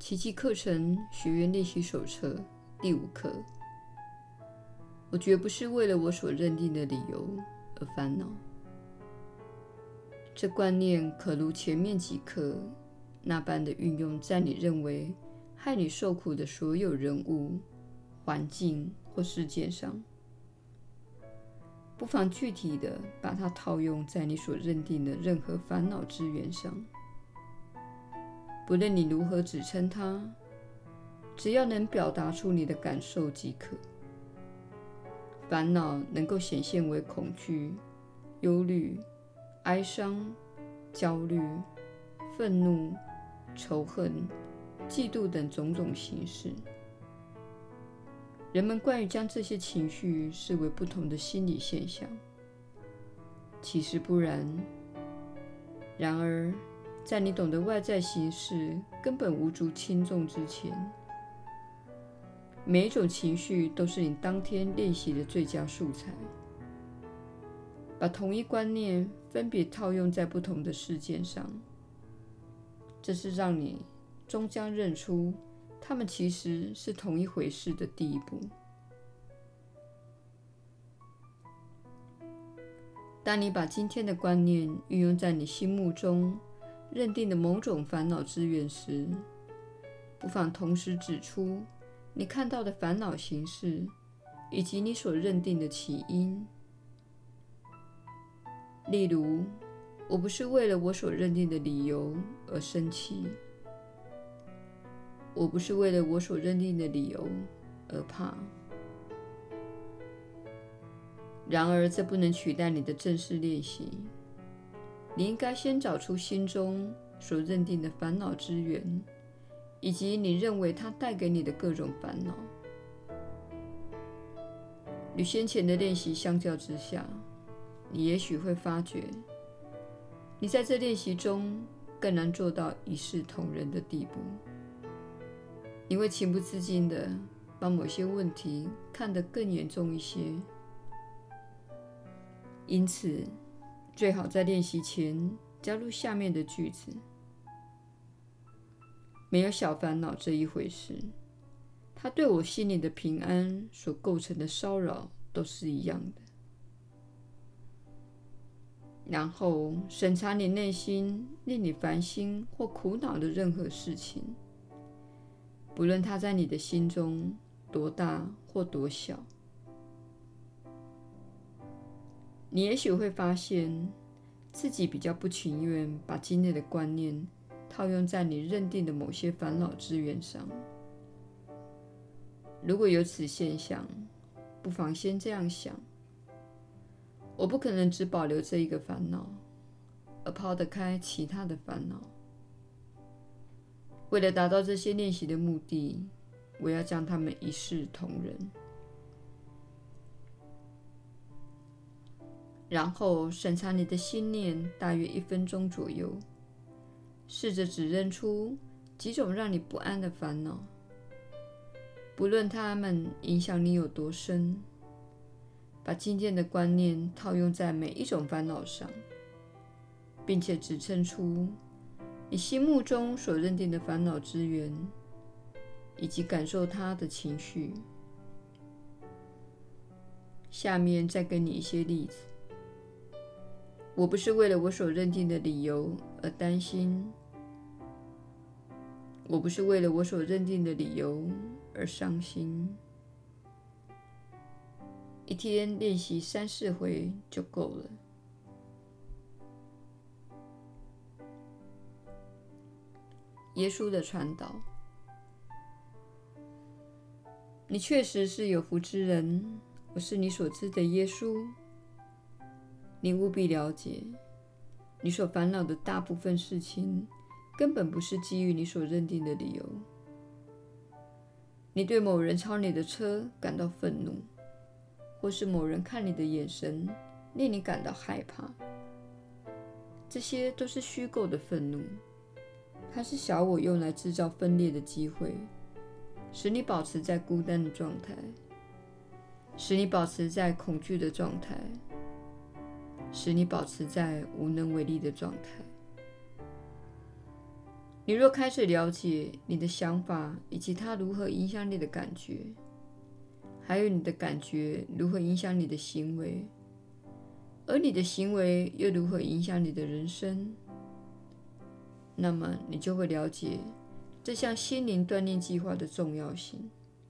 奇迹课程学员练习手册第5课。我绝不是为了我所认定的理由而烦恼。这观念可如前面几课那般的运用在你认为害你受苦的所有人物、环境或事件上。不妨具体的把它套用在你所认定的任何烦恼之源上。不论你如何指称它，只要能表达出你的感受即可。烦恼能够显现为恐惧、忧虑、哀伤、焦虑、愤怒、仇恨、嫉妒等种种形式。人们惯于将这些情绪视为不同的心理现象，其实不然。然而，在你懂得外在形式根本无足轻重之前，每一种情绪都是你当天练习的最佳素材。把同一观念分别套用在不同的事件上，这是让你终将认出它们其实是同一回事的第一步。当你把今天的观念运用在你心目中认定的某种烦恼之源时，不妨同时指出你看到的烦恼形式以及你所认定的起因。例如，我不是为了我所认定的理由而生气，我不是为了我所认定的理由而怕。然而，这不能取代你的正式练习。你应该先找出心中所认定的烦恼之源，以及你认为它带给你的各种烦恼。与先前的练习相较之下，你也许会发觉，你在这练习中更难做到一视同仁的地步。你会情不自禁地把某些问题看得更严重一些。因此，最好在练习前加入下面的句子：没有小烦恼这一回事，它对我心里的平安所构成的骚扰都是一样的。然后审查你内心令你烦心或苦恼的任何事情，不论它在你的心中多大或多小。你也许会发现自己比较不情愿把今天的观念套用在你认定的某些烦恼之源上。如果有此现象，不妨先这样想：我不可能只保留这一个烦恼，而抛得开其他的烦恼。为了达到这些练习的目的，我要将它们一视同仁。然后审查你的心念大约1分钟左右，试着指认出几种让你不安的烦恼，不论它们影响你有多深。把今天的观念套用在每一种烦恼上，并且指称出你心目中所认定的烦恼之源，以及感受它的情绪。下面再给你一些例子。我不是为了我所认定的理由而担心，我不是为了我所认定的理由而伤心。一天练习3、4回就够了。耶稣的传导。你确实是有福之人，我是你所知的耶稣。你务必了解，你所烦恼的大部分事情根本不是基于你所认定的理由。你对某人超你的车感到愤怒，或是某人看你的眼神令你感到害怕，这些都是虚构的愤怒。它是小我用来制造分裂的机会，使你保持在孤单的状态，使你保持在恐惧的状态，使你保持在无能为力的状态。 你若开始了解你的想法以及它如何影响你的感觉，还有你的感觉如何影响你的行为，而你的行为又如何影响你的人生，那么你就会了解这项心灵锻炼计划的重要性。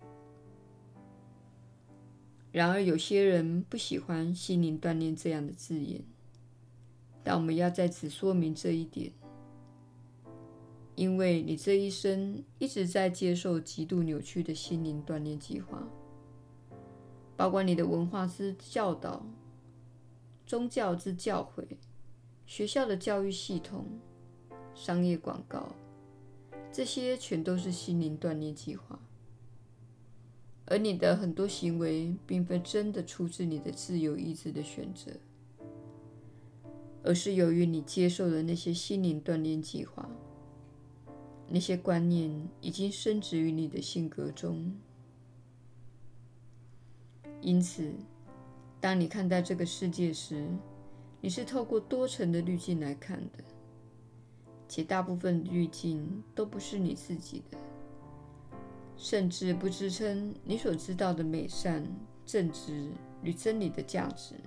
然而，有些人不喜欢心灵锻炼这样的字眼，但我们要在此说明这一点，因为你这一生一直在接受极度扭曲的心灵锻炼计划，包括你的文化之教导、宗教之教诲、学校的教育系统、商业广告，这些全都是心灵锻炼计划。而你的很多行为并非真的出自你的自由意志的选择，而是由于你接受了那些心灵锻炼计划，那些观念已经深植于你的性格中。因此，当你看待这个世界时，你是透过多层的滤镜来看的，且大部分滤镜都不是你自己的，甚至不支撑你所知道的美善、正直与真理的价值。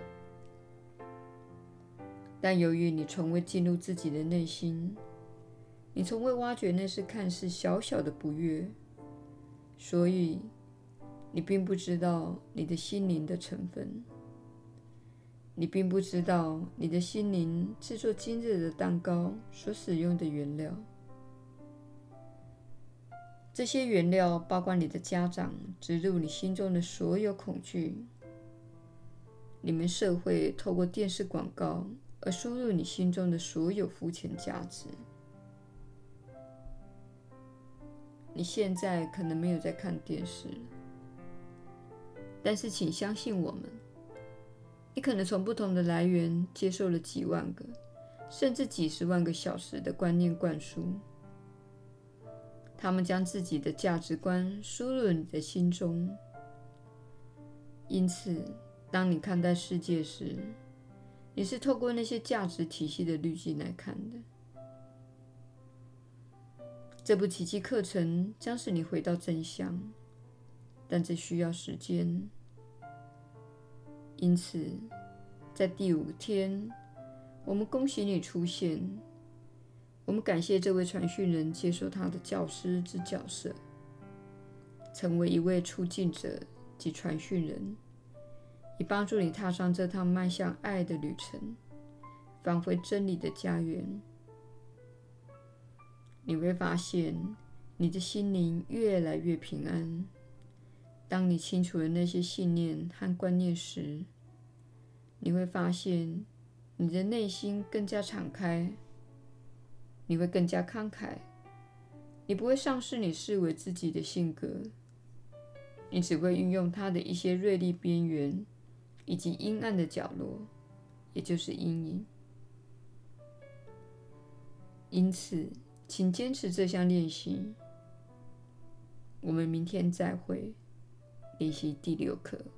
但由于你从未进入自己的内心，你从未挖掘那是看似小小的不悦，所以你并不知道你的心灵的成分。你并不知道你的心灵制作今日的蛋糕所使用的原料。这些原料包括你的家长植入你心中的所有恐惧，你们社会透过电视广告而输入你心中的所有肤浅价值。你现在可能没有在看电视，但是请相信我们，你可能从不同的来源接受了几万个，甚至几十万个小时的观念灌输。他们将自己的价值观输入你的心中。因此，当你看待世界时，你是透过那些价值体系的滤镜来看的。这部奇迹课程将使你回到真相，但这需要时间。因此，在第5天，我们恭喜你出现。我们感谢这位传讯人接受他的教师之角色，成为一位促进者及传讯人，以帮助你踏上这趟迈向爱的旅程，返回真理的家园。你会发现你的心灵越来越平安。当你清楚了那些信念和观念时，你会发现你的内心更加敞开，你会更加慷慨，你不会丧失你视为自己的性格，你只会运用它的一些锐利边缘以及阴暗的角落，也就是阴影。因此，请坚持这项练习。我们明天再会，练习第6课。